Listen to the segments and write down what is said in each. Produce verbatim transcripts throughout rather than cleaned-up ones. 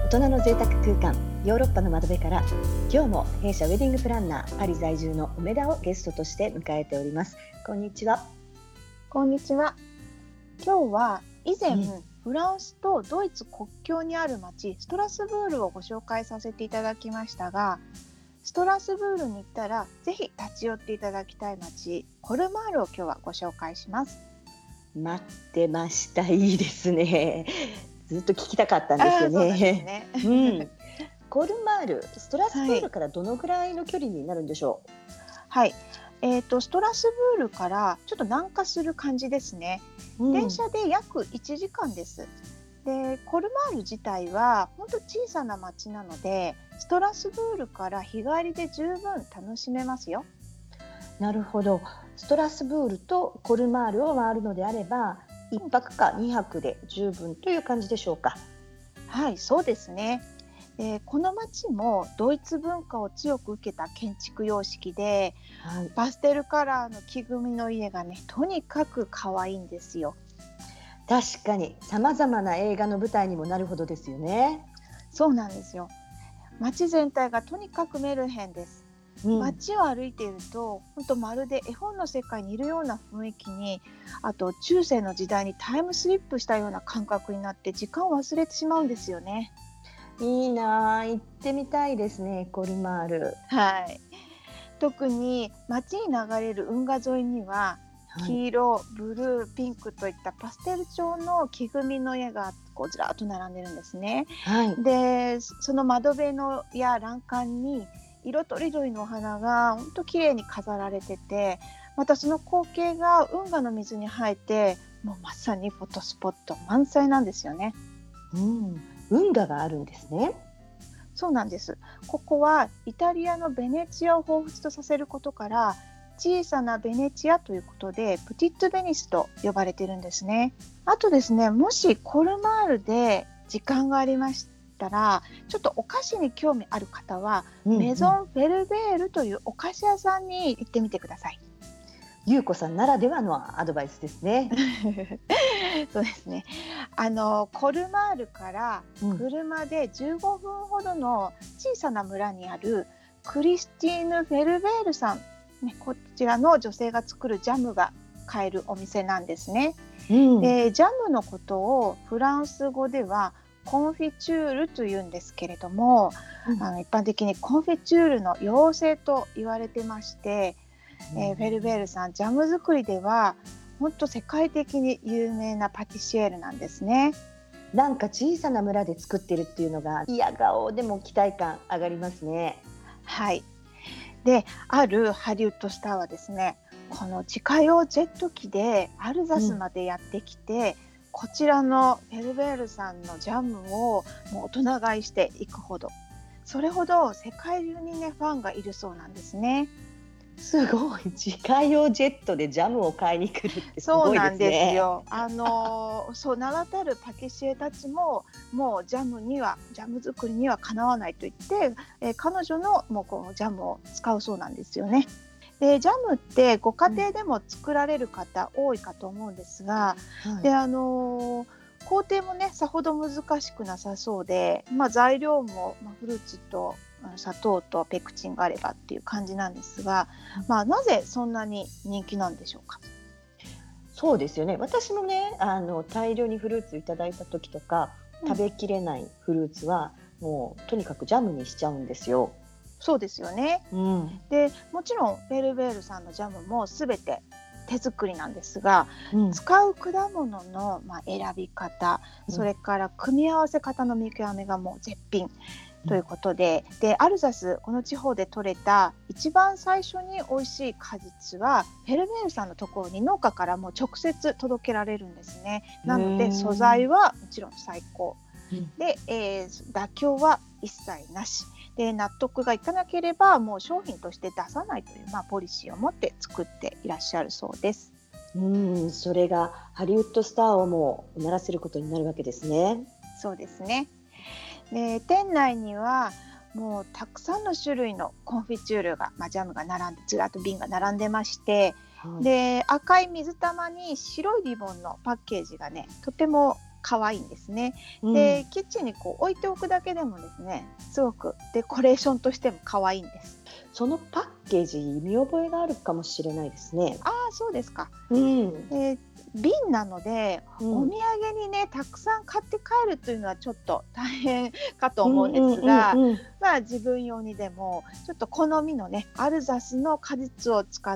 大人の贅沢空間ヨーロッパの窓辺から、今日も弊社ウェディングプランナーパリ在住の梅田をゲストとして迎えております。こんにちは。 こんにちは。今日は以前、 うんフランスとドイツ国境にある町ストラスブールをご紹介させていただきましたが、ストラスブールに行ったらぜひ立ち寄っていただきたい町コルマールを今日はご紹介します。 待ってました。いいですね。ずっと聞きたかったんですよあーそうなんですね。 ね。 うん、コルマール、ストラスブールからどのぐらいの距離になるんでしょはい、えーと、ストラスブールからちょっと南下する感じですね。 う。うん、 電車で約いちじかんです。でコルマール自体は本当小さな町なので、ストラスブールから日帰りで十分楽しめますよ。 なるほど。ストラスブールとコルマールを回るのであれば、いっぱくかにはくで十分という感じでしょうか。 はい、そうですね。でこの町もドイツ文化を強く受けた建築様式で、 はい、 パステルカラーの木組みの家がね、とにかく可愛いんですよ。 確かに様々な映画の舞台にもなるほどですよね。 そうなんですよ。町全体がとにかくメルヘンです。 うん、 街を歩いていると本当まるで絵本の世界にいるような雰囲気に、あと中世の時代にタイムスリップしたような感覚になって時間を忘れてしまうんですよね。 いいなあ、行ってみたいですね、コルマール。 はい、特に街に流れる運河沿いにははい、 黄色、ブルー、ピンクといったパステル調の木組みの家がこうずらっと並んでるんですね。 はい、 でその窓辺のや欄干に色とりどりのお花が本当綺麗に飾られてて、またその光景が運河の水に映えて、もうまさにフォトスポット満載なんですよね。 うん、運河があるんですね。 そうなんです。ここはイタリアのベネチアを彷彿とさせることから、小さなベネチアということでプティットベニスと呼ばれてるんですね。あとですね、もしコルマールで時間がありましたら、ちょっとお菓子に興味ある方は、 うんうん、 メゾン・フェルベールというお菓子屋さんに行ってみてください。 ゆうこさんならではのアドバイスですね。 そうですね。あのコルマールからうん、 車でじゅうごふんほどの小さな村にあるクリスティーヌ・フェルベールさん、ね、こちらの女性が作るジャムが買えるお店なんですね。 うん、 でジャムのことをフランス語ではコンフィチュールというんですけれども、 うん、 あの一般的にコンフィチュールの妖精と言われてまして、えーフェルベールさん、ジャム作りでは本当世界的に有名なパティシエールなんですね。 なんか小さな村で作ってるっていうのが、いや顔でも期待感上がりますね。 はい。であるハリウッドスターはですね、この自家用ジェット機でアルザスまでやってきて、うん、こちらのフェルベールさんのジャムをもう大人買いしていくほど、それほど世界中にねファンがいるそうなんですね。 すごい。自家用ジェットでジャムを買いに来るってすごいですね。 そうなんですよ。あのそう名だたるパティシエたちももうジャムにはジャム作りにはかなわないと言って、えー、彼女のもうこのジャムを使うそうなんですよね。でジャムってご家庭でも作られる方多いかと思うんですが、 はい、 であのー工程もねさほど難しくなさそうで、まあ、材料も、まあ、フルーツと砂糖とペクチンがあればっていう感じなんですが、まあ、なぜそんなに人気なんでしょうか。 そうですよね。私もね、あの大量にフルーツいただいた時とか、食べきれないフルーツはもうとにかくジャムにしちゃうんですよ。 そうですよね。 うん、 でもちろんフェルベールさんのジャムもすべて手作りなんですが、 うん、 使う果物の、まあ、選び方、それから組み合わせ方の見極めがもう絶品ということで、うん、でアルザス、この地方で採れた一番最初に美味しい果実はフェルベールさんのところに農家からも直接届けられるんですね。なので素材はもちろん最高、うん、で、えー、妥協は一切なしで、納得がいかなければもう商品として出さないという、まあ、ポリシーを持って作っていらっしゃるそうです。 うん、それがハリウッドスターをもうならせることになるわけですね。 そうですね。で店内にはもうたくさんの種類のコンフィチュールが、まあ、ジャムが並んでずらっと瓶が並んでまして、はい、で赤い水玉に白いリボンのパッケージがねとても可愛いんですね。 うん、 でキッチンにこう置いておくだけでもですねすごくデコレーションとしても可愛いんです。 そのパッケージ見覚えがあるかもしれないですね。 ああそうですか。 うんで瓶なので、 うんお土産にねたくさん買って帰るというのはちょっと大変かと思うんですが、 うんうんうんうん、 まあ自分用にでもちょっと好みのねアルザスの果実を使った、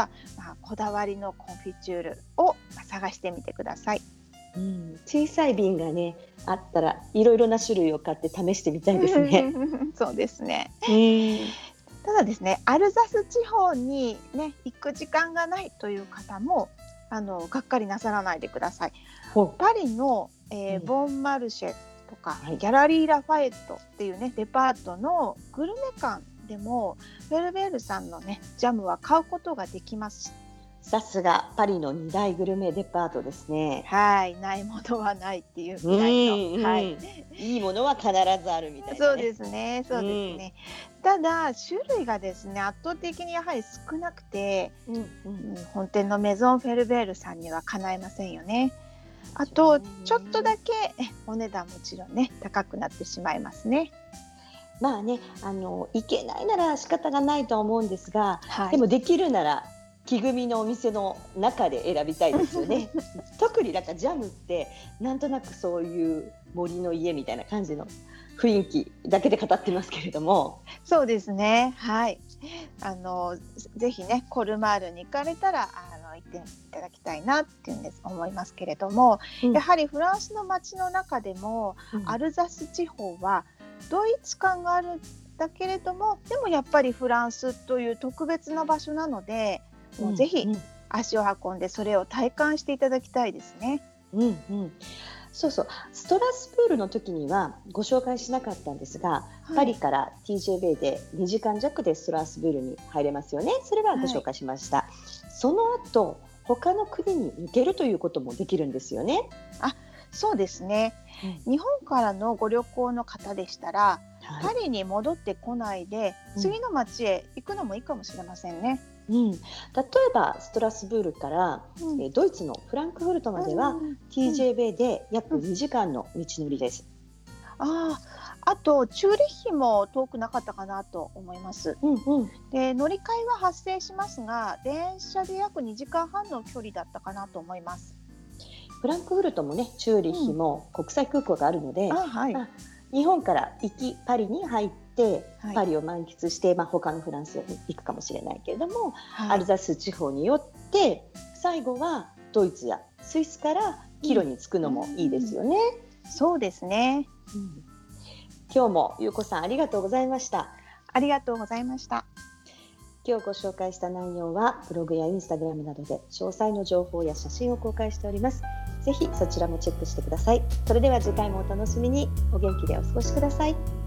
まあ、こだわりのコンフィチュールを探してみてください。 うん、小さい瓶がねあったらいろいろな種類を買って試してみたいですね。 そうですね。 うんただですねアルザス地方にね行く時間がないという方もあのがっかりなさらないでください。 ほパリの、えーうんボンマルシェとか、 はいギャラリー・ラファエットっていうねデパートのグルメ館でもフェルベールさんのねジャムは買うことができます。 う、さすがパリの二大グルメデパートですね。 はいないものはないっていうぐらいの、 うんうん、 はい、 いいものは必ずあるみたいな、ね、 そうですねそうですね、うん、ただ種類がですね圧倒的にやはり少なくて、 うんうんうん、本店のメゾンフェルベールさんにはかないませんよね。あとちょっとだけお値段もちろんね高くなってしまいますね。 まあね、あのいけないなら仕方がないとは思うんですが、 はい、 でもできるなら木組みのお店の中で選びたいですよね。特になんかジャムってなんとなくそういう森の家みたいな感じの雰囲気だけで語ってますけれども、 そうですねはいあのぜひねコルマールに行かれたらあの行っていただきたいなっていうんです思いますけれども、うん、やはりフランスの街の中でも、うん、アルザス地方はドイツ感があるんだけれどもでもやっぱりフランスという特別な場所なのでもうぜひ足を運んでそれを体感していただきたいですね。 うんうん、そうそうストラスブールの時にはご紹介しなかったんですが、はい、パリから ティージェー ベイでにじかん弱でストラスブールに入れますよね。それはご紹介しました、はい、その後他の国に行けるということもできるんですよね。 あ、そうですね、うん、日本からのご旅行の方でしたら、はい、パリに戻ってこないで次の町へ行くのもいいかもしれませんね。 うん、例えばストラスブールから、うん、ドイツのフランクフルトまでは、うん、ティージェー ベイで約にじかんの道のりです、 うん、ああとチューリッヒも遠くなかったかなと思います、うんうん、で乗り換えは発生しますが電車で約にじかんはんの距離だったかなと思います。 フランクフルトもねチューリッヒも国際空港があるので、 うんあはい、 日本から行きパリに入ってパリを満喫して、はいまあ、他のフランスに行くかもしれないけれども、はい、アルザス地方によって最後はドイツやスイスから帰路に着くのもいいですよね、 うん、そうですね、 うん、今日もゆうこさんありがとうございました。 ありがとうございました。 今日ご紹介した内容はブログやインスタグラムなどで詳細の情報や写真を公開しております。ぜひそちらもチェックしてください。それでは次回もお楽しみに。お元気でお過ごしください。